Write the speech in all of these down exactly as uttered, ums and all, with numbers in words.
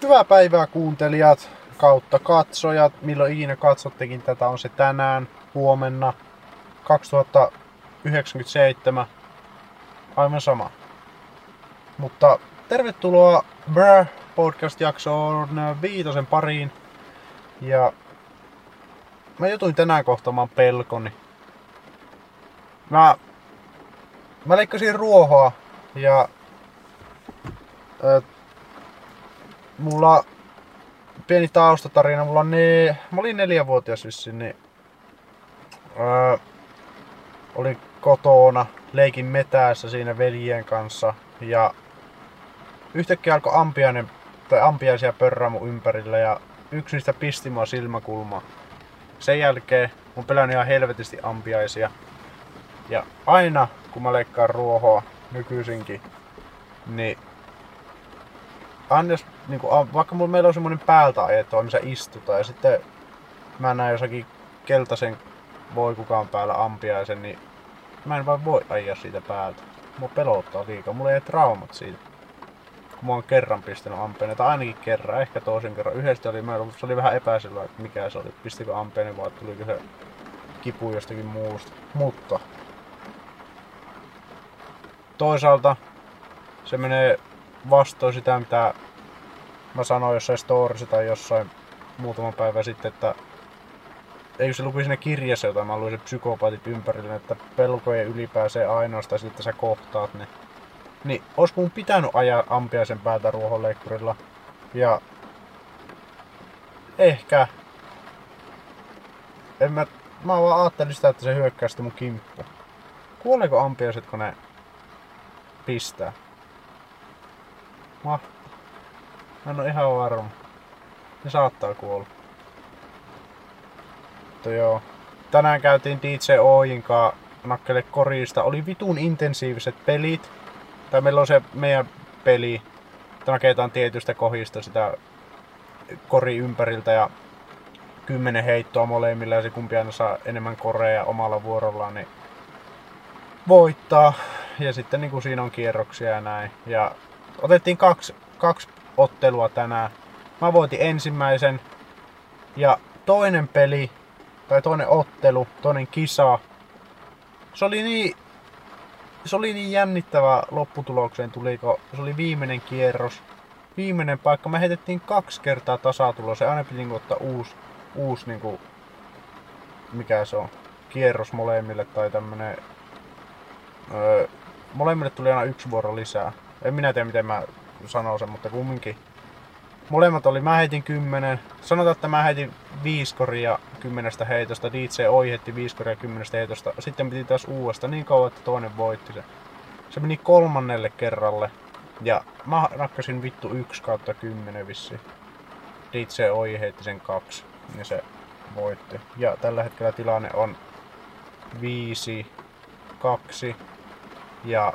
Hyvää päivää kuuntelijat kautta katsojat, milloin ikinä katsottekin tätä, on se tänään, huomenna, kaksituhattayhdeksänkymmentäseitsemän, aivan sama. Mutta tervetuloa Brr podcast-jaksoon viitosen pariin. Ja mä jutuin tänään kohtaamaan pelkoni. Mä, mä leikkasin ruohoa ja äh, mulla pieni taustatarina, mulla on ne, mä olin neljävuotias vissiin, niin öö, olin kotona, leikin metässä siinä veljien kanssa ja yhtäkkiä alkoi ampiainen, tai ampiaisia pörrää mun ympärillä ja yksi niistä pisti mua silmäkulmaan. Sen jälkeen mun pelän ihan helvetisti ampiaisia ja aina kun mä leikkaan ruohoa nykyisinkin, niin aina jos, niin kuin, vaikka mulla meillä on semmonen päältä ajettua, missä istutaan ja sitten mä näen jossakin keltaisen voikukaan päällä ampiaisen, niin mä en vaan voi ajaa siitä päältä. Mua pelottaa liikaa, mulla ei traumat siitä. Kun mä oon kerran pistänyt ampeinen, tai ainakin kerran, ehkä toisen kerran. Yhdesti oli, meillä, se oli vähän epäselvää, että mikä se oli, pistikö ampeinen vai tuliko se kipu jostakin muusta. Mutta toisaalta se menee vastoin sitä, mitä mä sanoin jossain storissa tai jossain muutama päivä sitten, että eikö se luki siinä kirjassa, jota mä luin, se psykopaatit ympärillä, että pelkojen yli pääsee ainoastaan sitten, että sä kohtaat ne. Niin olisiko mun pitänyt ajaa ampiaisen päätä ruohonleikkurilla? Ja ehkä en mä, mä vaan ajattelin sitä, että se hyökkää sitten mun kimppu. Kuoleeko ampiaiset, kun ne pistää? Mahtaa. Mä en oo ihan varma. Ne saattaa kuolla. Mutta joo. Tänään käytiin D J Ojin kanssa nakkele korista. Oli vitun intensiiviset pelit. Tai meillä on se meidän peli. Naketaan tietystä kohdista sitä kori ympäriltä ja kymmenen heittoa molemmilla ja se kumpi aina saa enemmän koreja omalla vuorollaan, niin voittaa. Ja sitten niin kuin siinä on kierroksia ja näin. Ja otettiin kaksi, kaksi ottelua tänään. Mä voitin ensimmäisen ja toinen peli tai toinen ottelu, toinen kisa. Se oli niin, se oli niin jännittävä lopputulokseen tuliko. Se oli viimeinen kierros. Viimeinen paikka. Me heitettiin kaksi kertaa tasatulo. Se aina piti niin ottaa uusi, uusi niin kuin, mikä se on, kierros molemmille tai tämmönen. Öö, molemmille tuli aina yksi vuoro lisää. En minä tiedä miten mä sanon sen, mutta kumminkin. Molemmat oli, mä heitin kymmenen. Sanotaan, että mä heitin viisi koria kymmenestä heitosta. D J Oi heitti viisi koria kymmenestä heitosta. Sitten piti taas uudesta niin kauan, että toinen voitti se. Se meni kolmannelle kerralle. Ja mä nakkasin vittu yksi kautta kymmenen vissiin. D J Oi heitti sen kaksi. Ja se voitti. Ja tällä hetkellä tilanne on viisi kaksi. Ja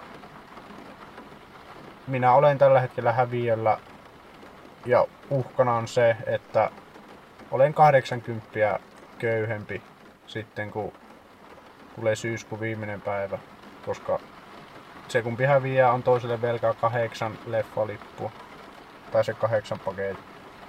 minä olen tällä hetkellä häviöllä ja uhkana on se, että olen kahdeksankymmentä köyhempi sitten kun tulee syyskuun viimeinen päivä, koska se kumpi häviää on toiselle velkaa kahdeksan leffalippua tai se kahdeksan paketti.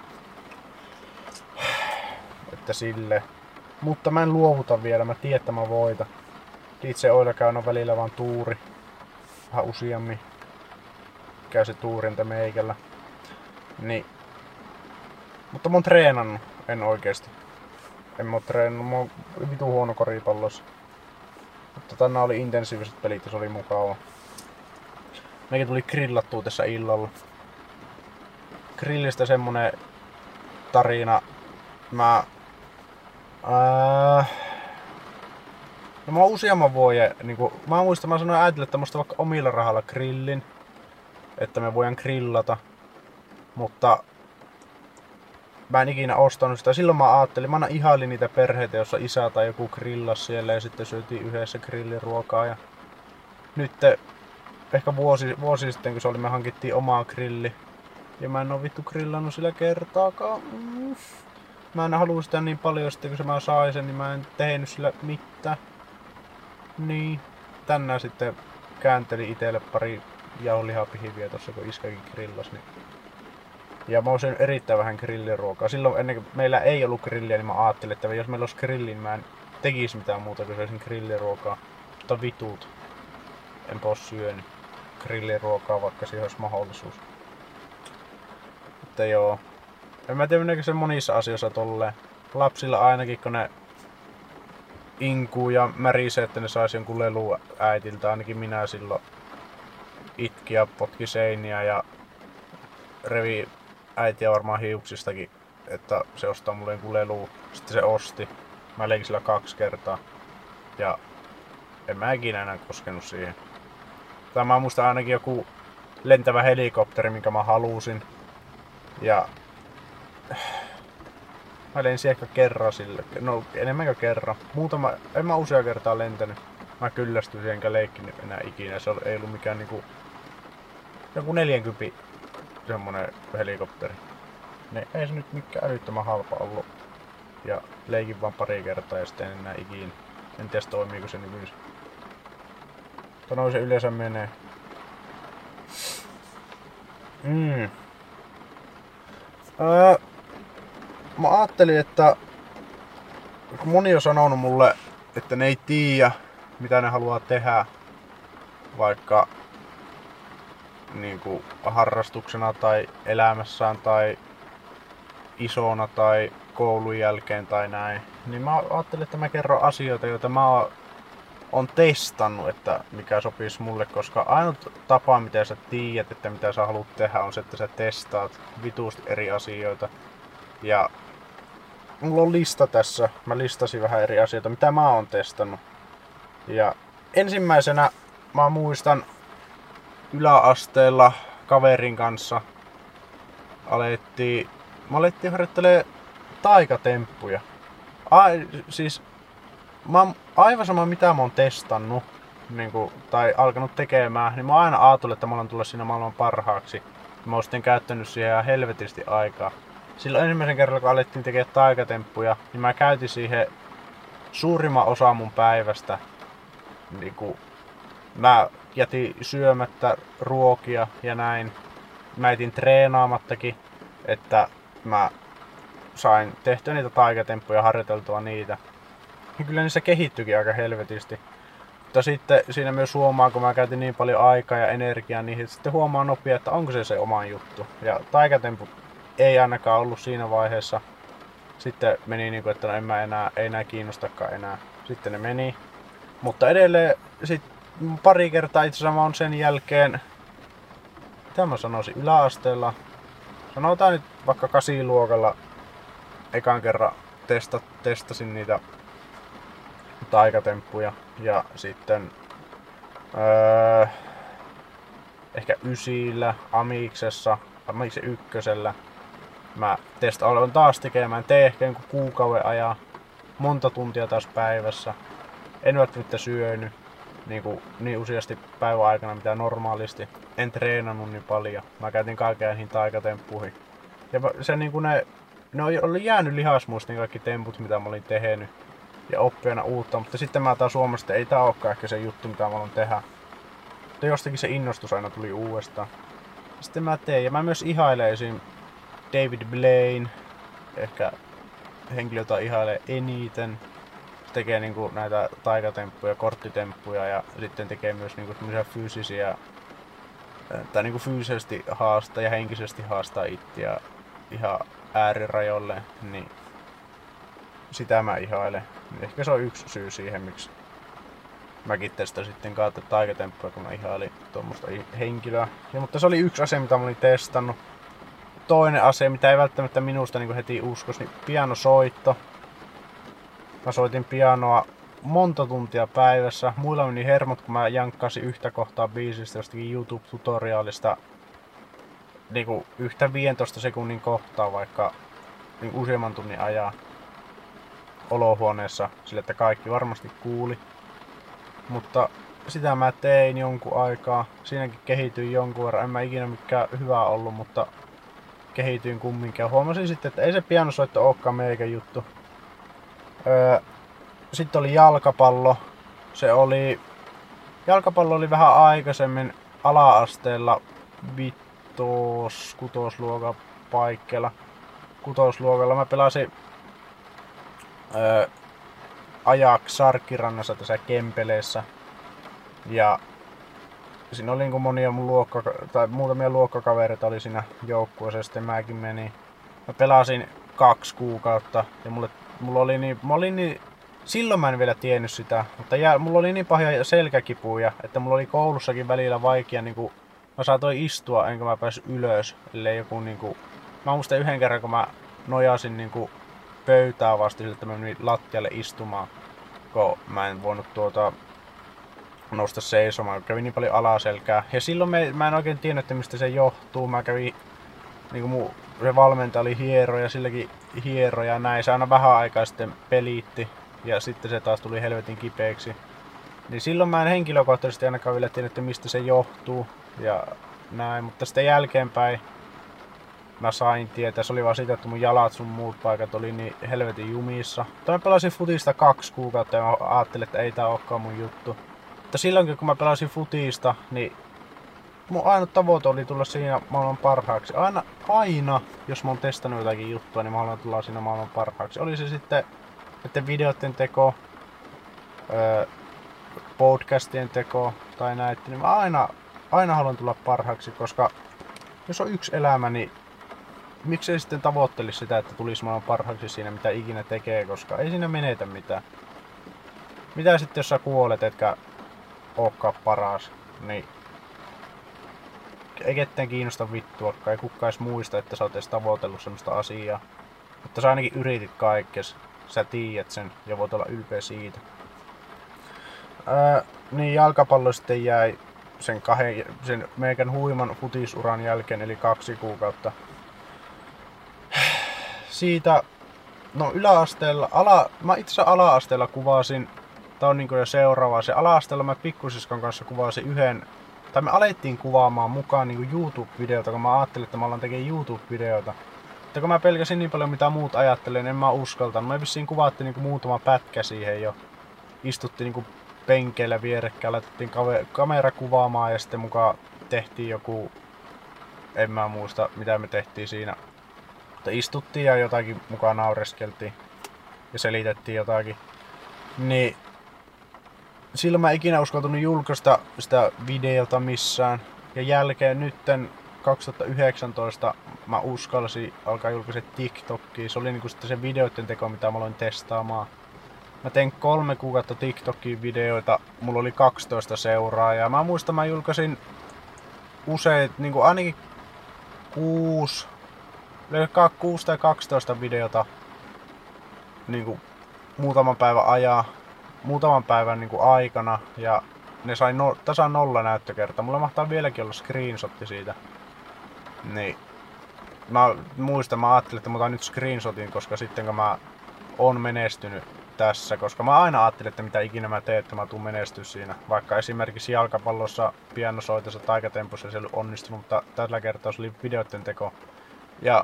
Että sille. Mutta mä en luovuta vielä, mä tiedän, että mä voitan. D J Oilla käy on välillä vaan tuuri. Vähän useammin käy se tuurinta meikällä. Niin. Mutta mä oon treenannut, en oikeesti. En mä oo treenannut, mä oon vitu huono koripallossa. Mutta tänään oli intensiiviset pelit ja se oli mukava. Meikin tuli grillattua tässä illalla. Grillistä semmonen tarina. Mä... Ää, no mä oon useamman vuoden, niinku, mä muistan, mä sanoin äitille, että musta vaikka omilla rahalla grillin. Että me voidaan grillata. Mutta mä en ikinä ostanut sitä. Silloin mä ajattelin, mä aina ihailin niitä perheitä, jossa isä tai joku grillas siellä ja sitten syötiin yhdessä grilliruokaa. Ja nyt ehkä vuosi, vuosi sitten, kun se oli, me hankittiin omaa grilli. Ja mä en oo vittu grillannut sillä kertaakaan. Mm. Mä en halua sitä niin paljon, sitten kun se mä sain sen, niin mä en tehnyt sillä mitään. Niin. Tänään sitten kääntelin itelle pari jauhelihapihiviä tossa, kun iskäkin grillas. Niin Ja mä oon syönyt erittäin vähän grilliruokaa. Silloin ennen kuin meillä ei ollut grilliä, niin mä ajattelin, että jos meillä olisi grilli, niin mä en tekisi mitään muuta kuin söisin grilliruokaa. Mutta vitut. Enpä oo syönyt grilliruokaa, vaikka siihen olisi mahdollisuus. Mutta joo. En mä tiedä, meneekö se monissa asioissa tolleen. Lapsilla ainakin, kun ne inkuu ja märisee, että ne saisi jonkun lelu äitiltä. Ainakin minä silloin itki ja potki seiniä ja revi äitiä varmaan hiuksistakin, että se ostaa mulle jonkun lelu. Sitten se osti. Mä leikin sillä kaksi kertaa. Ja en mä ikinä enää koskenut siihen. Tai mä muistan ainakin joku lentävä helikopteri, minkä mä halusin. Ja mä lensin ehkä kerran sille. No enemmän kerran. Muutama, en mä usea kertaa lentänyt. Mä kyllästyin siihen enkä leikkinyt enää ikinä. Se ei ollut mikään niinku joku neljäkymmentä semmonen helikopteri. Ne ei se nyt mikään älyttömän halpa ollut. Ja leikin vaan pari kertaa ja sitten en enää ikinä. En tiedä toimiiko se nykyis. Mutta noin se yleensä menee. Mm. Öö, mä ajattelin, että kun moni on sanonut mulle, että ne ei tiedä mitä ne haluaa tehdä vaikka niinku harrastuksena tai elämässään tai isona tai koulun jälkeen tai näin, niin mä ajattelin, että mä kerron asioita, joita mä oon testannut, että mikä sopisi mulle, koska ainut tapa, miten sä tiedät, että mitä sä haluat tehdä, on se, että sä testaat vituusti eri asioita. Ja mulla on lista tässä, mä listasin vähän eri asioita, mitä mä oon testannut. Ja ensimmäisenä mä muistan yläasteella kaverin kanssa alettiin, mä alettiin harjoittelemaan taikatemppuja. Ai, siis mä oon aivan sama mitä mä oon testannut niin kuin, tai alkanut tekemään, niin mä oon aina ajatellut, että mä oon tullut siinä maailman parhaaksi. Mä oon sitten käyttänyt siihen ihan helvetisti aikaa. Silloin ensimmäisen kerralla kun alettiin tekemään taikatemppuja, niin mä käytin siihen suurimman osa mun päivästä. Niin kuin, mä jätin syömättä ruokia ja näin. Mä jätin treenaamattakin, että mä sain tehtyä niitä taikatemppuja ja harjoiteltua niitä. Ja kyllä niissä kehittyikin aika helvetisti. Mutta sitten siinä myös huomaa, kun mä käytin niin paljon aikaa ja energiaa niihin, että sitten huomaa nopeasti, että onko se se oma juttu. Ja taikatemput ei ainakaan ollut siinä vaiheessa. Sitten meni niin kuin, että no en mä enää, ei enää kiinnostakaan enää. Sitten ne meni. Mutta edelleen sit pari kertaa itse asiassa mä oon sen jälkeen, mitä mä sanoisin, yläasteella. Sanotaan nyt vaikka kasiluokalla ekan kerran testa, testasin niitä taikatemppuja ja sitten öö, ehkä ysillä, amiksessa, amiksen ykkösellä mä testa olen taas tekemään, teen ehkä jonkun kuukauden ajan, monta tuntia taas päivässä. En välttämättä syönyt niin, kuin, niin useasti päivän aikana mitä normaalisti. En treenannut niin paljon. Mä käytin kaikkea niihin taikatemppuihin. Ja se niin kuin ne, ne oli jäänyt lihasmuistiin kaikki temput mitä mä olin tehnyt. Ja oppijana uutta, mutta sitten mä taas huomasin, että ei tää olekaan ehkä se juttu mitä mä haluan tehdä. Mutta jostakin se innostus aina tuli uudestaan. Sitten mä tein, ja mä myös ihailen esim. David Blaine, ehkä henkilö, jota ihailee eniten. Se tekee niinku näitä taikatemppuja, korttitemppuja ja sitten tekee myös niinku fyysisiä, tai niinku fyysisesti haastaa ja henkisesti haastaa itseä ihan äärirajoille, niin sitä mä ihailen. Ehkä se on yksi syy siihen, miksi mäkin testasin sitten kautta taikatemppuja, kun mä ihailin tuommoista henkilöä. Ja, mutta se oli yksi asia, mitä mä olin testannut. Toinen asia, mitä ei välttämättä minusta niin heti uskoisi, niin pianosoitto. Mä soitin pianoa monta tuntia päivässä. Muilla meni hermot, kun mä jankkasin yhtä kohtaa biisistä jostakin YouTube-tutoriaalista niin kuin yhtä viidentoista sekunnin kohtaa, vaikka niin useamman tunnin ajan olohuoneessa, sillä että kaikki varmasti kuuli. Mutta sitä mä tein jonkun aikaa. Siinäkin kehityin jonkun verran. En mä ikinä mikään hyvä ollut, mutta kehityin kumminkin. Ja huomasin sitten, että ei se pianosoitto olekaan meikän juttu. Öö, sitten oli jalkapallo. Se oli... Jalkapallo oli vähän aikaisemmin ala-asteella vitos, kutosluokan paikkeilla. Kutosluokalla mä pelasin öö, Ajax Sarkkirannassa tässä Kempeleessä. Ja siinä oli niinku monia mun luokka, tai muutamia luokkakavereita oli siinä joukkueessa ja sitten mäkin menin. Mä pelasin kaksi kuukautta ja mulle, mulla oli niin, mä olin niin, silloin mä en vielä tiennyt sitä, mutta jää, mulla oli niin pahoja selkäkipuja, että mulla oli koulussakin välillä vaikea niinku, mä saatoin istua enkä mä päässyt ylös, ellei joku niinku, mä muistan yhden kerran kun mä nojasin niinku pöytää vasti, että mä menin lattialle istumaan, kun mä en voinut tuota nousta seisomaan, kävin niin paljon alaselkää. Ja silloin me, mä en oikein tiennyt, että mistä se johtuu. Mä kävin, niinku mun, se valmentaja oli hieroja, silläkin hieroja näin. Se aina vähän aikaa sitten peliitti ja sitten se taas tuli helvetin kipeäksi. Niin silloin mä en henkilökohtaisesti ainakaan vielä tiennyt, että mistä se johtuu ja näin. Mutta sitten jälkeenpäin mä sain tietää, se oli vaan siitä, että mun jalat sun muut paikat oli niin helvetin jumissa. Mutta mä pelasin futista kaksi kuukautta ja mä ajattelin, että ei tää olekaan mun juttu. Mutta silloinkin kun mä pelasin futista, niin mun ainut tavoite oli tulla siinä maailman parhaaksi. Aina, aina, jos mä oon testannut jotakin juttua, niin mä haluan tulla siinä maailman parhaaksi. Oli se sitten näiden videoiden teko, öö, podcastien teko tai näitä, niin mä aina, aina haluan tulla parhaaksi, koska jos on yksi elämä, niin miksei sitten tavoittelisi sitä, että tulisi maailman parhaaksi siinä mitä ikinä tekee, koska ei siinä menetä mitään. Mitä sitten jos sä kuolet, etkä olekaan paras, niin ei ketään kiinnosta vittuakaan, ei kukaan edes muista, että sä oot edes tavoitellut semmoista asiaa. Mutta sä ainakin yritit kaikkes, sä tiedät sen ja voit olla ylpeä siitä. Ää, niin jalkapallo sitten jäi sen, kahden, sen meikän huiman futisuran jälkeen, eli kaksi kuukautta. Siitä, no yläasteella, ala, mä itse asiassa ala-asteella kuvasin. Tää on niinku jo seuraava. Se ala-asteella mä pikkusiskon kanssa kuvasin yhden, tai me alettiin kuvaamaan mukaan niinku YouTube-videota, kun mä ajattelin, että mä ollaan tekemään YouTube-videota. Mutta kun mä pelkäsin niin paljon mitä muut ajattelen, en mä uskaltanut. Me vissiin kuvattiin niinku muutama pätkä siihen jo. Istuttiin niinku penkeillä vierekkäin, laitettiin kamera kuvaamaan ja sitten mukaan tehtiin joku, en mä muista mitä me tehtiin siinä. Mutta istuttiin ja jotakin mukaan naureskeltiin ja selitettiin jotakin. Niin silloin mä ikinä uskaltunut julkaista sitä videota missään. Ja jälkeen nytten kaksituhattayhdeksäntoista mä uskalsin alkaa julkaista TikTokia. Se oli niinku sitten se videoiden teko mitä mä aloin testaamaan. Mä tein kolme kuukautta TikTokin videoita. Mulla oli kaksitoista seuraajaa. Mä muistan mä julkaisin usein niinku ainakin kuusi, kuusi tai kaksitoista videota niinku muutaman päivän ajan. Muutaman päivän niin kuin aikana ja ne sai no, tasan nolla näyttökertaa. Mulla mahtaa vieläkin olla screenshotti siitä. Niin. Mä muistan, mä ajattelin, että mä otan nyt screenshotin, koska sitten kun mä oon menestynyt tässä, koska mä aina ajattelin, että mitä ikinä mä teen, että mä tuun menestyä siinä. Vaikka esimerkiksi jalkapallossa, pianosoitossa, taikatempussa se ei ollut onnistunut, mutta tällä kertaa se oli videoiden teko. Ja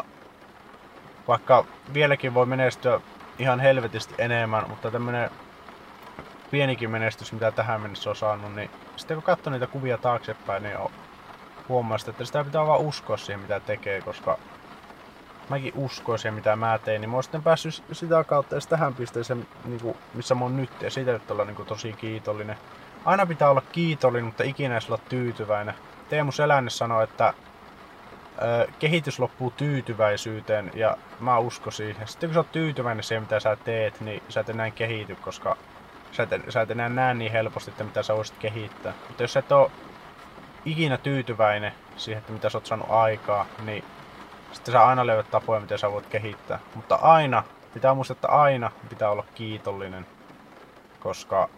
vaikka vieläkin voi menestyä ihan helvetisti enemmän, mutta tämmönen pienikin menestys, mitä tähän mennessä on saanut, niin sitten kun katsoo niitä kuvia taaksepäin, niin huomaa että sitä pitää vaan uskoa siihen, mitä tekee, koska mäkin uskoin siihen, mitä mä tein, niin mä oon sitten päässyt sitä kautta edes tähän pisteeseen, niin kuin, missä mä oon nyt, ja siitä nyt olla niin kuin, tosi kiitollinen. Aina pitää olla kiitollinen, mutta ikinä ei olla tyytyväinen. Teemu Selänne sanoi, että ö, kehitys loppuu tyytyväisyyteen, ja mä uskon siihen. Sitten kun sä oot tyytyväinen siihen, mitä sä teet, niin sä et enää kehity, koska Sä et, sä et enää näe niin helposti, että mitä sä voisit kehittää. Mutta jos sä et oo ikinä tyytyväinen siihen, että mitä sä oot saanut aikaa, niin sitten sä aina löydät tapoja, miten sä voit kehittää. Mutta aina, pitää muistaa, että aina pitää olla kiitollinen. Koska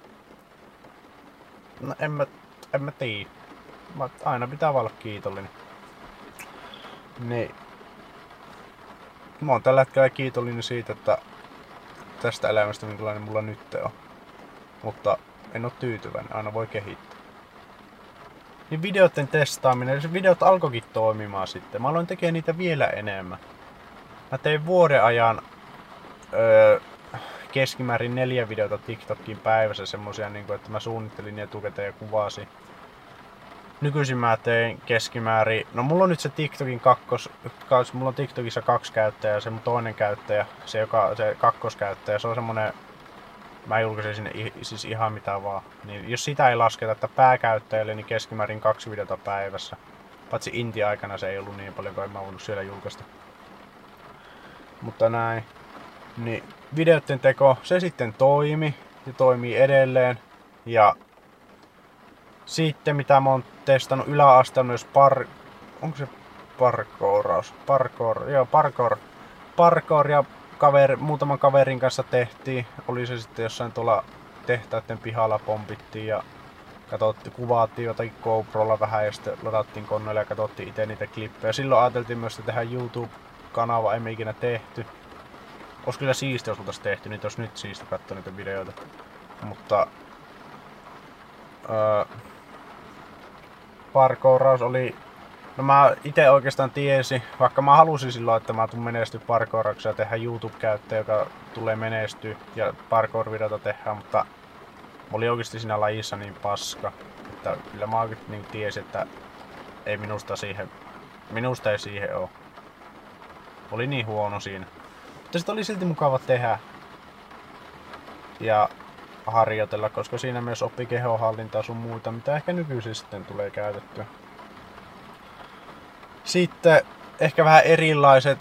no en mä, en mä tiedä. Aina pitää vaan olla kiitollinen. Niin. Mä oon tällä hetkellä kiitollinen siitä, että tästä elämästä minkälainen mulla nyt on. Mutta en oo tyytyväinen, aina voi kehittää. Niin videoiden testaaminen, se videot alkoikin toimimaan sitten. Mä aloin tekemään niitä vielä enemmän. Mä tein vuoden ajan öö, keskimäärin neljä videota TikTokiin päivässä semmosia, niin kuin, että mä suunnittelin etukäteen ja kuvasin. nykyisin mä teen keskimäärin, no mulla on nyt se TikTokin kakkos, mulla on TikTokissa kaksi käyttäjää, se mun toinen käyttäjä, se joka, se kakkoskäyttäjä, se on semmonen, mä julkaisin sinne siis ihan mitä vaan, niin jos sitä ei lasketa, että pääkäyttäjälle, niin keskimäärin kaksi videota päivässä, paitsi Intia-aikana se ei ollut niin paljon, kun en mä voinut siellä julkaista. Mutta näin, niin videoiden teko, se sitten toimi ja toimii edelleen, ja sitten mitä mä oon testannut yläasteella myös par... Onko se parkooraus? Parkour, joo parkour. Parkour ja kaveri, muutaman kaverin kanssa tehtiin. Oli se sitten jossain tuolla tehtaiden pihalla pompittiin ja katsottiin, kuvattiin jotakin GoProlla vähän ja sitten ladattiin koneelle ja katsottiin itse niitä klippejä. Silloin ajateltiin myös, että tehdään YouTube-kanava, emme ikinä tehty. Olisi kyllä siistiä, jos oltaisiin tehty, niin olisi nyt siistiä katsoa niitä videoita. Mutta... Öö, parkouraus oli... No mä ite oikeastaan tiesin, vaikka mä halusin silloin, että mä tuun menestyä parkourauksessa ja tehdä YouTube-käyttäjä, joka tulee menestyä ja parkour-videota tehdään, mutta mä olin oikeasti siinä lajissa niin paska, että kyllä mä oikeasti niin tiesin, että ei minusta siihen, minusta ei siihen oo. Oli niin huono siinä. Mutta sit oli silti mukava tehdä ja harjoitella, koska siinä myös oppi kehonhallintaa sun muuta, mitä ehkä nykyisin sitten tulee käytettyä. Sitten ehkä vähän erilaiset,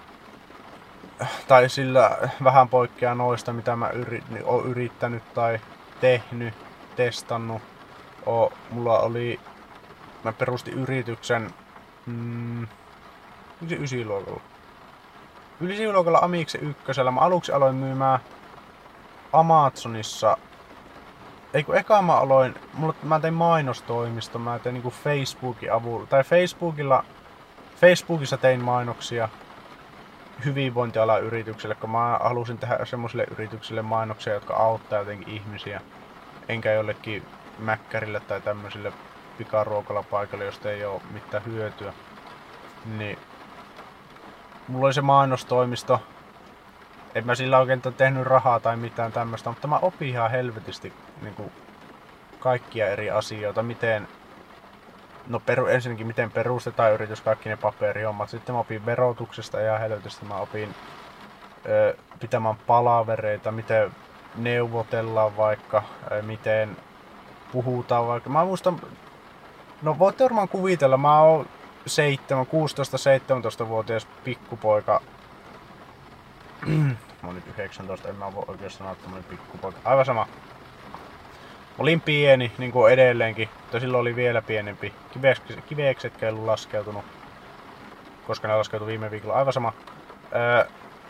tai sillä vähän poikkeaa noista, mitä mä yrit, oon yrittänyt tai tehnyt, testannut. O, mulla oli, mä perustin yrityksen mm, ysiluokalla. Ysiluokalla Amiksen ykkösellä. Mä aluksi aloin myymään Amazonissa. Ei kun eka mä aloin, mulla, mä tein mainostoimisto, mä tein niinku Facebookin avulla, tai Facebookilla, Facebookissa tein mainoksia hyvinvointialan yritykselle, kun mä halusin tehdä semmoisille yrityksille mainoksia, jotka auttaa jotenkin ihmisiä, enkä jollekin mäkkärille tai tämmöisille pikaruokalapaikalle, josta ei oo mitään hyötyä. Niin mulla oli se mainostoimisto. En mä sillä oikein tehnyt rahaa tai mitään tämmöstä, mutta mä opin ihan helvetisti niin kuin kaikkia eri asioita, miten, no peru, ensinnäkin miten perustetaan yritys, kaikki ne paperihommat, sitten mä opin verotuksesta ihan helvetisti, mä opin ö, pitämään palavereita, miten neuvotellaan vaikka, ö, miten puhutaan vaikka, mä muistan, no voitte varmaan kuvitella, mä oon kuusitoista seitsemäntoista vuotias pikkupoika. Mä olin yhdeksäntoista, en mä voi oikein sanoa, että mä olin pikkupoika. Aivan sama. Olin pieni, niin kuin edelleenkin, mutta silloin oli vielä pienempi. Kiveksetkä ei ollut laskeutunut, koska ne laskeutui viime viikolla. Aivan sama. Öö,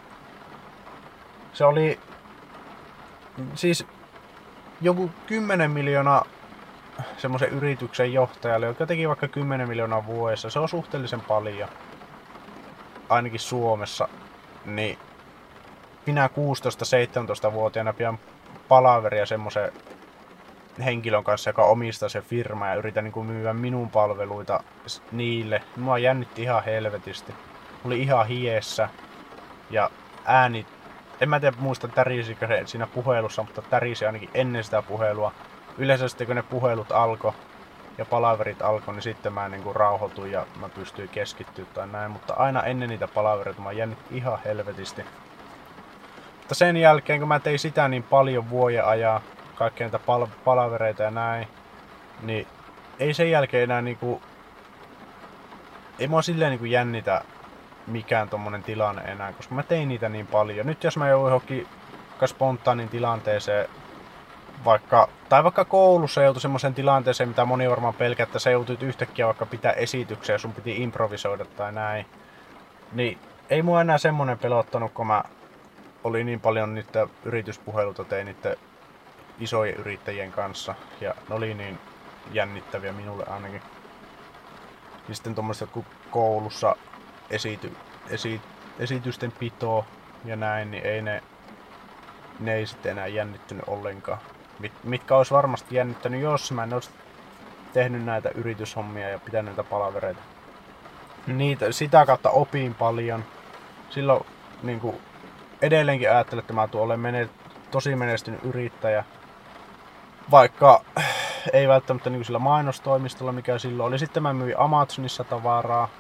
se oli siis joku kymmenen miljoonaa semmoisen yrityksen johtajalle, joka teki vaikka kymmenen miljoonaa vuodessa. Se on suhteellisen paljon, ainakin Suomessa. Niin minä kuusitoista seitsemäntoista-vuotiaana pian palaveria semmoisen henkilön kanssa, joka omistaa se firma ja yritän niin kuin myydä minun palveluita niille. Mua jännitti ihan helvetisti. Oli ihan hiessä ja ääni, en mä tiedä muista tärisikö se siinä puhelussa, mutta tärisi ainakin ennen sitä puhelua. Yleensä sitten kun ne puhelut alkoi ja palaverit alkoi, niin sitten mä niin kuin rauhoituin ja mä pystyin keskittyä tai näin. Mutta aina ennen niitä palavereita mä jännitti ihan helvetisti. Mutta sen jälkeen, kun mä tein sitä niin paljon vuoden ajaa, kaikkia niitä pal- palavereita ja näin, niin ei sen jälkeen enää niinku, ei mua silleen niinku jännitä mikään tommonen tilanne enää, koska mä tein niitä niin paljon. Nyt jos mä joudun johonkin spontaanin tilanteeseen, vaikka, tai vaikka koulussa joutui semmoiseen tilanteeseen, mitä moni varmaan pelkää, että sä joutuit yhtäkkiä vaikka pitää esityksiä ja sun piti improvisoida tai näin, niin ei mua enää semmonen pelottanut, kun mä oli niin paljon niitä yrityspuheluita tein niiden isojen yrittäjien kanssa ja ne oli niin jännittäviä minulle ainakin. Ja sitten tommoista kun koulussa esity, esi, esitysten pito ja näin, niin ei ne, ne ei sitten enää jännittynyt ollenkaan. Mit, mitkä olisi varmasti jännittänyt, jos mä en olisi tehnyt näitä yrityshommia ja pitänyt näitä palavereita. Niitä, sitä kautta opin paljon. Silloin niin kuin edelleenkin ajattelen, että mä tulen mene, tosi menestynyt yrittäjä. Vaikka ei välttämättä niin sillä mainostoimistolla, mikä silloin oli. Sitten mä myin Amazonissa tavaraa.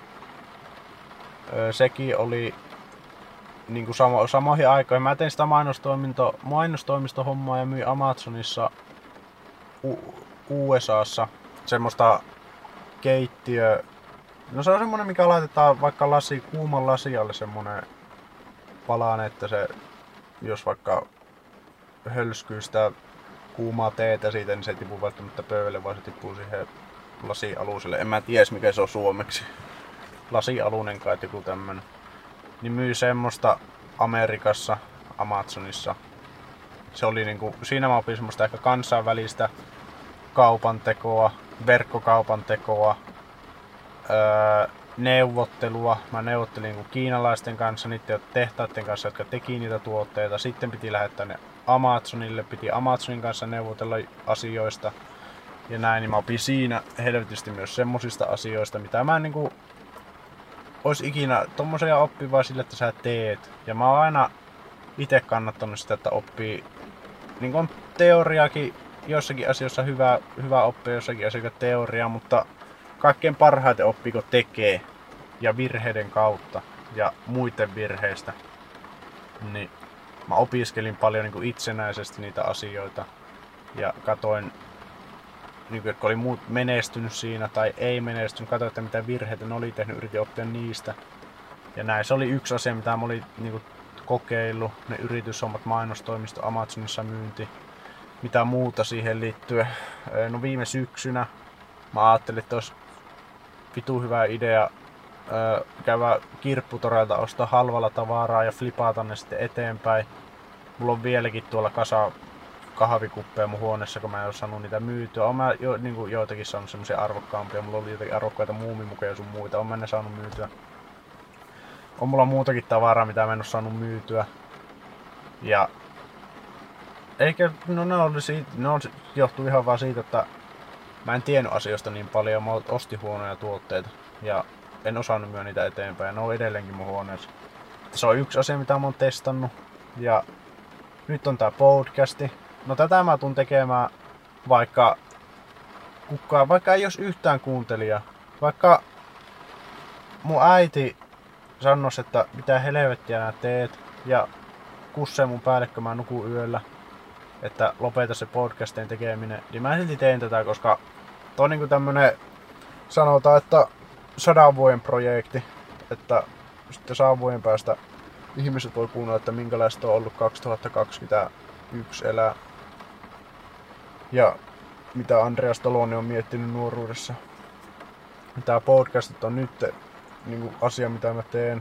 Öö, sekin oli niin kuin samo, samoihin aikoihin. Mä tein sitä mainostoiminto, mainostoimistohommaa ja myin Amazonissa U- U S A:ssa semmoista keittiö. No se on semmonen, mikä laitetaan vaikka lasi, kuuman lasialle semmonen palaan, että se, jos vaikka hölskyy sitä kuumaa teetä siitä, niin se ei tipu välttämättä pöydälle, vaan se tippuu siihen lasialuselle. En mä tiedä, mikä se on suomeksi. Lasialunen kai joku tämmönen. Niin myy semmoista Amerikassa, Amazonissa. Se oli niinku, siinä mä opin semmoista ehkä kansainvälistä kaupantekoa, verkkokaupantekoa, öö, neuvottelua. Mä neuvottelin niinku kiinalaisten kanssa, niiden tehtaiden kanssa, jotka teki niitä tuotteita. Sitten piti lähettää ne Amazonille, piti Amazonin kanssa neuvotella asioista. Ja näin, niin mä opin siinä helvetisti myös semmosista asioista, mitä mä en niinku ois ikinä tommosia oppii vaan sille, että sä teet. Ja mä oon aina ite kannattanut sitä, että oppii niin on teoriakin jossakin asioissa hyvä, hyvä oppia, jossakin asioissa teoriaa, mutta kaikkein parhaiten oppii, kun tekee ja virheiden kautta ja muiden virheistä. Niin mä opiskelin paljon niin kuin itsenäisesti niitä asioita ja katoin, niin kuin, oli muut menestynyt siinä tai ei menestynyt, katoin, että mitä virheitä ne oli tehnyt, yritin oppia niistä. Ja näin, se oli yksi asia, mitä mä olin niin kuin kokeillut, ne yrityshommat, mainostoimisto, Amazonissa myynti, mitä muuta siihen liittyy. No viime syksynä mä ajattelin, että olisi vitu hyvä idea käydä kirpputoreilta, ostaa halvalla tavaraa ja flipata ne sitten eteenpäin. Mulla on vieläkin tuolla kasa kahvikuppeja mun huoneessa, kun mä en ole saanut niitä myytyä. Oon mä jo, niin kuin joitakin saanut semmosia arvokkaampia, mulla oli jotakin arvokkaita muumimukeja ja sun muita, oon mä ne saanut myytyä. On mulla muutakin tavaraa, mitä mä en oo saanut myytyä. Ja eikä, no ne, oli siitä, ne on, johtuu ihan vaan siitä, että mä en tiennyt asioista niin paljon, mä ostin huonoja tuotteita ja en osannut myö niitä eteenpäin, ne on edelleenkin mun huoneessa. Se on yksi asia, mitä mä oon testannut ja nyt on tää podcasti. No tätä mä tuun tekemään vaikka kukaan, vaikka ei jos yhtään kuuntelija, vaikka mun äiti sannos, että mitä helvettiä nää teet ja kussee mun päälle, kun mä nukun yöllä, että lopeta se podcastin tekeminen, niin mä silti teen tätä, koska toi on niinku tämmönen, sanotaan, että sadan vuoden projekti, että sitten sadan vuoden päästä ihmiset voi kuunnella, että minkälaista on ollut kaksituhattakaksikymmentäyksi elää ja mitä Andreas Toloni on miettinyt nuoruudessa. Tää podcastit on nyt niinku asia, mitä mä teen.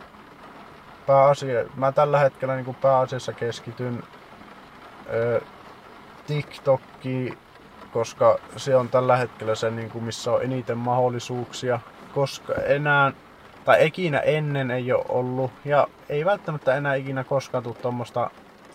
Pääasia, mä tällä hetkellä niinku pääasiassa keskityn ö, TikTokkiin, koska se on tällä hetkellä se, niinku, missä on eniten mahdollisuuksia, koska enää tai ikinä ennen ei ole ollut ja ei välttämättä enää ikinä koskaan tule tommoista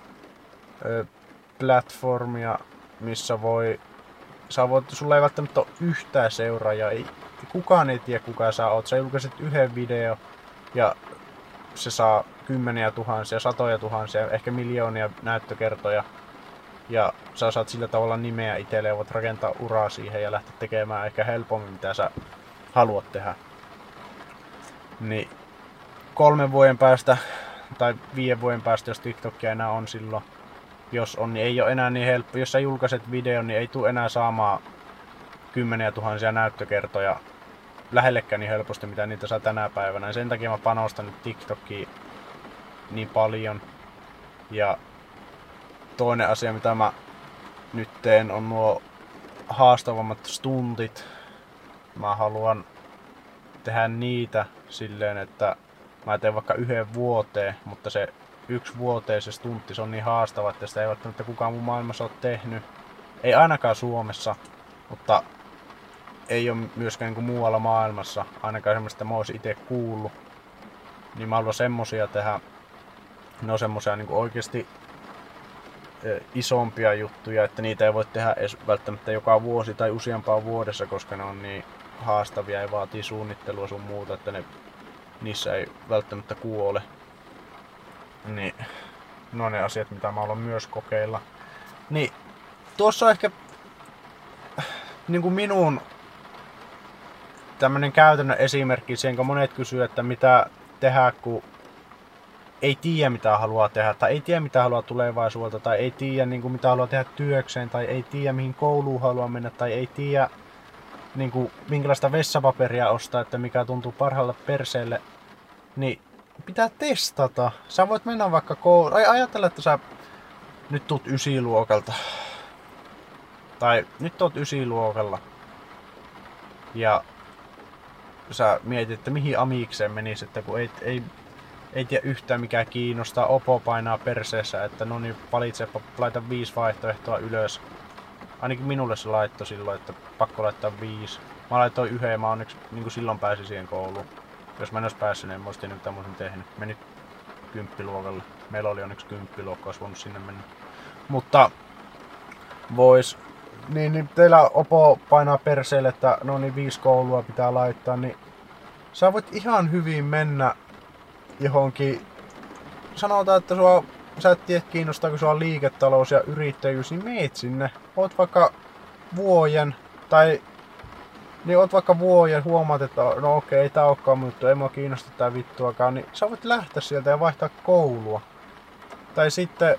ö, platformia, missä voi, sä voit, sulla ei välttämättä ole yhtään seuraajaa, ei, kukaan ei tiedä kuka sä oot, sä julkaiset yhden video ja se saa kymmeniä tuhansia, satoja tuhansia, ehkä miljoonia näyttökertoja ja sä saat sillä tavalla nimeä itselle ja voit rakentaa uraa siihen ja lähteä tekemään ehkä helpommin mitä sä haluat tehdä. Niin kolmen vuoden päästä tai viiden vuoden päästä, jos TikTokia enää on silloin, jos on, niin ei ole enää niin helppo. Jos sä julkaiset videon, niin ei tule enää saamaan kymmeniä tuhansia näyttökertoja lähellekään niin helposti, mitä niitä saa tänä päivänä. Ja sen takia mä panostan nyt TikTokiin niin paljon. Ja toinen asia, mitä mä nyt teen, on nuo haastavammat stuntit. Mä haluan tehdä niitä silleen, että mä teen vaikka yhden vuoteen, mutta se yksi vuoteen se stuntti, se on niin haastava, että sitä ei välttämättä kukaan mun maailmassa ole tehnyt. Ei ainakaan Suomessa, mutta ei ole myöskään niin kuin muualla maailmassa, ainakaan semmoista, että mä oisin itse kuullut. Niin mä haluan semmosia tehdä, ne on semmosia niin kuin oikeesti isompia juttuja, että niitä ei voi tehdä edes välttämättä joka vuosi tai useampaa vuodessa, koska ne on niin haastavia ja vaatii suunnittelua sun muuta, että ne, niissä ei välttämättä kuole. Niin, no ne asiat, mitä mä haluan myös kokeilla. Niin, tuossa on ehkä niin kuin minun tämmönen käytännön esimerkki siihen, kun monet kysyy, että mitä tehdä, kun ei tiedä mitä haluaa tehdä, tai ei tiedä mitä haluaa tulevaisuudelta, tai ei tiedä niin kuin, mitä haluaa tehdä työkseen, tai ei tiedä mihin kouluun haluaa mennä, tai ei tiedä niin kuin, minkälaista vessapaperia ostaa, että mikä tuntuu parhaalta perseelle, niin pitää testata. Sä voit mennä vaikka kouluun, ai ajatella, että sä nyt tuut ysiluokalta, tai nyt oot ysiluokalla, ja sä mietit, että mihin amikseen menisi, että kun ei, ei, ei tiedä yhtään mikä kiinnostaa, opo painaa perseessä, että no niin valitsepa, laita viisi vaihtoehtoa ylös. Ainakin minulle se laittoi silloin, että pakko laittaa viisi. Mä laitoin yhden ja mä onneksi niin kuin silloin pääsin siihen kouluun. Jos mä en olisi päässyt, niin en mä olisi tiennyt mitä mä olisin tehnyt. Menin kymppiluokalle. Meillä oli onneksi kymppiluokka, olisi voinut sinne mennä. Mutta vois, niin, niin teillä opo painaa perseelle, että no niin viisi koulua pitää laittaa, niin sä voit ihan hyvin mennä johonkin, sanotaan, että sua, sä et tiedä kiinnostaako sua liiketalous ja yrittäjyys, niin meet sinne. Oot vaikka vuoden, tai niin oot vaikka vuoden, huomaat, että no okei, ei tää olekaan mutta ei mua kiinnosta tää vittuakaan, niin sä voit lähteä sieltä ja vaihtaa koulua. Tai sitten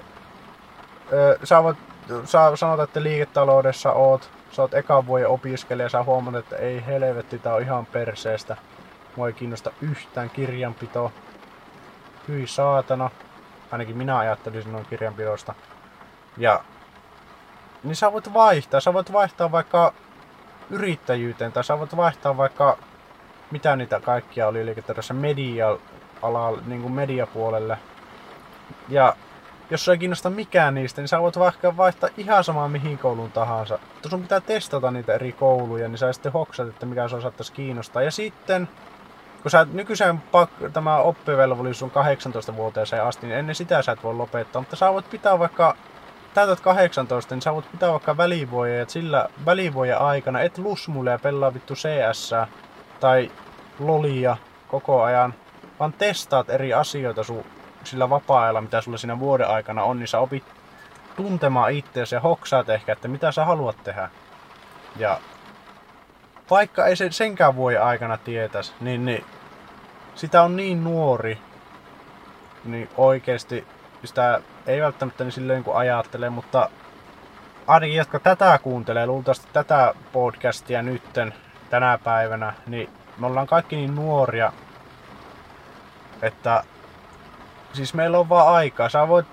sä voit, sä sanotaan, että liiketaloudessa oot, sä oot ekan vuoden opiskelija ja sä huomaat, että ei helvetti, tää on ihan perseestä. Mua ei kiinnosta yhtään kirjanpitoa. Hyi saatana. Ainakin minä ajattelisin noin kirjanpidosta. Ja niin sä voit vaihtaa. Sä voit vaihtaa vaikka yrittäjyyteen tai sä voit vaihtaa vaikka mitä niitä kaikkia oli, eli tässä media-alalla, niin kuin mediapuolelle. Ja jos sua ei kiinnosta mikään niistä, niin sä voit vaikka vaihtaa ihan samaa mihin kouluun tahansa. Mutta sun pitää testata niitä eri kouluja, niin sä sitten hoksat, että mikä sua saattaisi kiinnostaa. Ja sitten kun sä nykyisen pak- tämä oppivelvollisuus on kahdeksantoista-vuotiaaseen asti, niin ennen sitä sä et voi lopettaa. Mutta sä voit pitää vaikka, täytät kahdeksantoista, niin sä voit pitää vaikka välivuoja, ja sillä välivuoden aikana et lusmulle ja pelaa vittu C S tai lolia koko ajan, vaan testaat eri asioita sun sillä vapaa-ajalla, mitä sulla siinä vuoden aikana on, niin sä opit tuntemaan itseäsi ja hoksaat ehkä, että mitä sä haluat tehdä. Ja vaikka ei se senkään vuoden aikana tietäisi, niin, niin sitä on niin nuori, niin oikeesti sitä ei välttämättä niin silleen kuin ajattelee, mutta ainakin jotka tätä kuuntelee, luultavasti tätä podcastia nytten tänä päivänä, niin me ollaan kaikki niin nuoria, että siis meillä on vaan aikaa. Sä voit,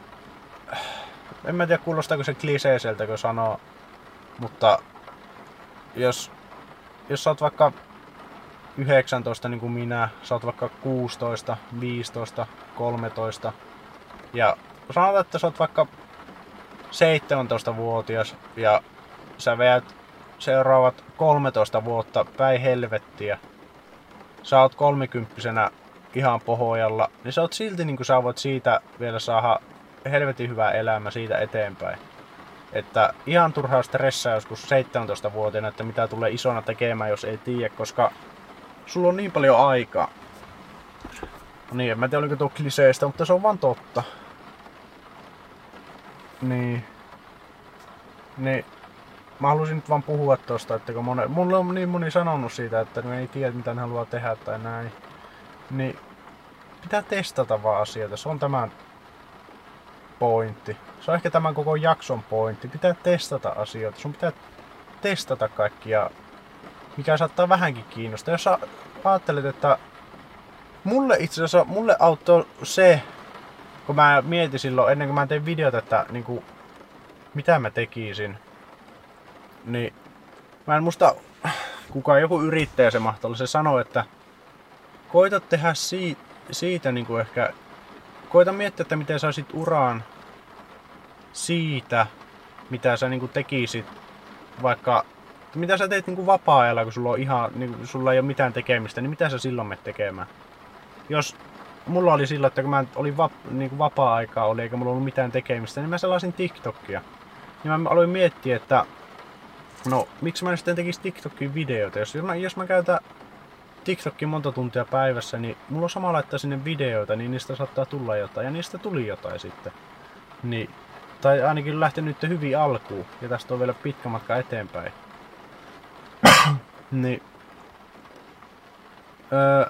en mä tiedä kuulostaako se kliseiseltä kun sanoo, mutta jos Jos sä oot vaikka yhdeksäntoista niin kuin minä, sä oot vaikka kuusitoista, viisitoista, kolmetoista ja sanotaan, että sä oot vaikka seitsemäntoistavuotias ja sä veät seuraavat kolmetoista vuotta päin helvettiä. Sä oot kolmikymppisenä ihan pohojalla, niin sä oot silti niin kuin sä voit siitä vielä saada helvetin hyvää elämä siitä eteenpäin. Että ihan turhaa stressaa joskus seitsemäntoistavuotiaana, että mitä tulee isona tekemään, jos ei tiedä, koska sulla on niin paljon aikaa. No niin, en mä tiedä oliko tuo kliseistä, mutta se on vaan totta. Niin. Niin. Mä halusin nyt vaan puhua tosta, että kun mone, mulle on niin moni sanonut siitä, että ne ei tiedä mitä ne haluaa tehdä tai näin. Niin pitää testata vaan asioita, se on tämän pointti. Se on ehkä tämän koko jakson pointti. Pitää testata asioita. Sun pitää testata kaikkia, mikä saattaa vähänkin kiinnostaa. Jos sä ajattelet, että mulle itse asiassa, mulle auttoi se, kun mä mietin silloin, ennen kuin mä tein videota, että niin kuin, mitä mä tekisin, niin mä en muista, kukaan joku yrittäjä se mahtoi, se sanoi, että koita tehdä siitä, siitä niin kuin ehkä, koita miettiä, että miten saisit uraan siitä, mitä sä niinku tekisit, vaikka mitä sä teet niinku vapaa-ajalla, kun sulla on ihan, niinku, sulla ei ole mitään tekemistä, niin mitä sä silloin menet tekemään? Jos mulla oli silloin, että kun mä olin vap, niinku vapaa-aikaa oli, eikä mulla ollut mitään tekemistä, niin mä selasin TikTokia. Ja mä aloin miettiä, että no, miksi mä en sitten tekisi TikTokin videoita? Jos mä, jos mä käytän TikTokin monta tuntia päivässä, niin mulla on sama laittaa sinne videoita, niin niistä saattaa tulla jotain, ja niistä tuli jotain sitten. Niin, tai ainakin lähtenyt hyvin alkuun, ja tästä on vielä pitkä matka eteenpäin. Niin, öö,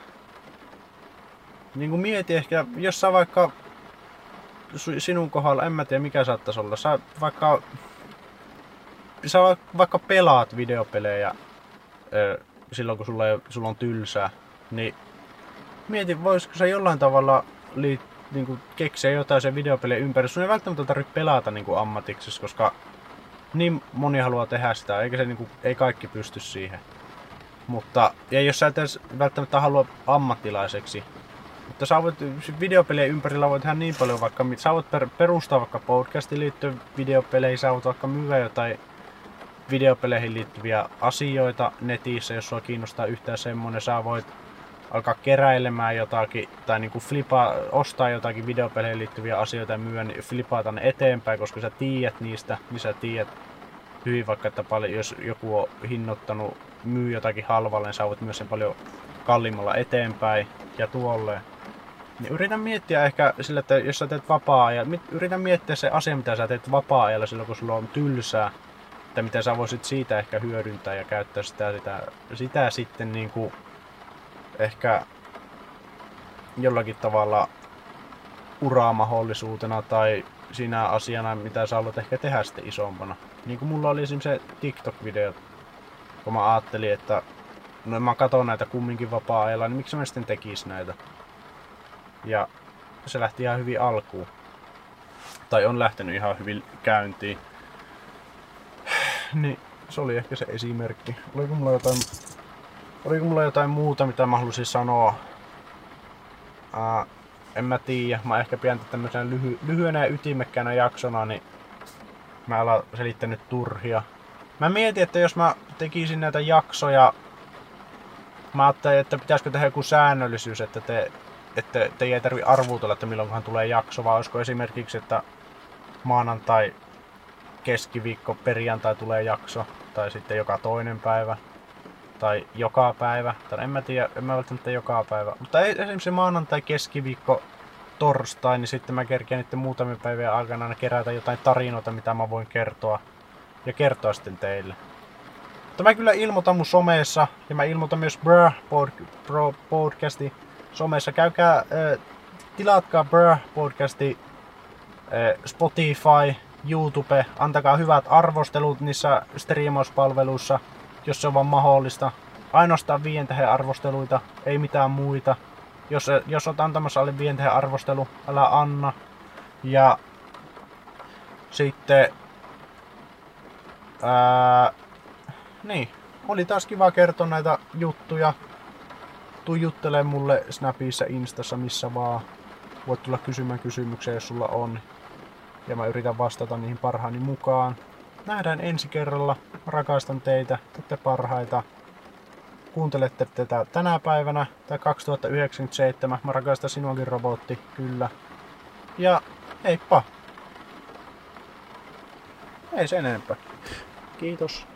niin kuin mieti ehkä, jos sä vaikka sinun kohdalla, en mä tiedä mikä saattaisi olla, sä vaikka, sä vaikka pelaat videopelejä öö, silloin kun sulla, ei, sulla on tylsää, niin mieti, voisiko sä jollain tavalla liit, niin kuin keksiä jotain sen videopelien ympärillä. Sun ei välttämättä tarvitse pelata niin kuin ammatiksi, koska niin moni haluaa tehdä sitä, eikä se niin kuin, ei kaikki pysty siihen. Mutta, ja jos sä et edes välttämättä halua ammattilaiseksi, mutta sä voit videopelien ympärillä voit tehdä niin paljon, vaikka sä voit perustaa vaikka podcastiin liittyen videopeleihin, sä voit vaikka myydä jotain videopeleihin liittyviä asioita netissä, jos sua kiinnostaa yhtään semmonen, sä voit alkaa keräilemään jotakin, tai niinku flipaa, ostaa jotakin videopeleihin liittyviä asioita ja myydä, niin flipata ne eteenpäin, koska sä tiedät niistä, niin sä tiedät hyvin vaikka, että paljon, jos joku on hinnoittanut, myy jotakin halvalle, niin sä voit myös sen paljon kalliimmalla eteenpäin ja tuolleen. Niin yritän miettiä ehkä sillä, että jos sä teet vapaa-ajalla, yritän miettiä se asia, mitä sä teet vapaa-ajalla silloin, kun sulla on tylsää, että miten sä voisit siitä ehkä hyödyntää ja käyttää sitä, sitä, sitä sitten niinku ehkä jollakin tavalla uramahdollisuutena tai siinä asiana, mitä sä haluat ehkä tehdä sitten isompana. Niin kuin mulla oli esimerkiksi se TikTok-video, kun mä ajattelin, että no mä katon näitä kumminkin vapaa-ajalla, niin miksi mä sitten tekis näitä. Ja se lähti ihan hyvin alkuun. Tai on lähtenyt ihan hyvin käyntiin. Niin se oli ehkä se esimerkki. Oliko mulla jotain, oliko mulla jotain muuta, mitä mä halusin sanoa? Ää, en mä tiedä. Mä ehkä pidän tämmöisenä lyhy- lyhyenä ja ytimekkäänä jaksona, niin mä alan selittää nyt turhia. Mä mietin, että jos mä tekisin näitä jaksoja, mä ajattelin, että pitäisikö tehdä joku säännöllisyys, että te, että te ei tarvi arvuutella, että milloinkohan tulee jakso, vaan olisiko esimerkiksi, että maanantai, keskiviikko, perjantai tulee jakso, tai sitten joka toinen päivä, tai joka päivä, tai en mä tiedä, en mä välttämättä joka päivä, mutta esimerkiksi maanantai, keskiviikko, torstai, niin sitten mä kerkeän niiden muutamien päivien aikana aina kerätä jotain tarinoita, mitä mä voin kertoa, ja kertoa sitten teille. Mutta mä kyllä ilmoitan mun somessa, ja mä ilmoitan myös Brr podcasti somessa. Käykää, äh, tilatkaa Brr podcasti äh, Spotify, YouTube, antakaa hyvät arvostelut niissä striimauspalveluissa, jos se on vaan mahdollista. Ainoastaan viien tähden arvosteluita, ei mitään muita. Jos, jos olet antamassa alle viien tähden arvostelu, älä anna. Ja sitten ää, niin, oli taas kiva kertoa näitä juttuja. Tuu juttelemaan mulle Snapissa, Instassa, missä vaan. Voit tulla kysymään kysymyksiä, jos sulla on. Ja mä yritän vastata niihin parhaani mukaan. Nähdään ensi kerralla. Rakastan teitä. Te olette parhaita. Kuuntelette tätä tänä päivänä. Tai kaksituhattayhdeksänkymmentäseitsemän. Mä rakastan sinuakin, robotti. Kyllä. Ja heippa. Ei sen enempää. Kiitos.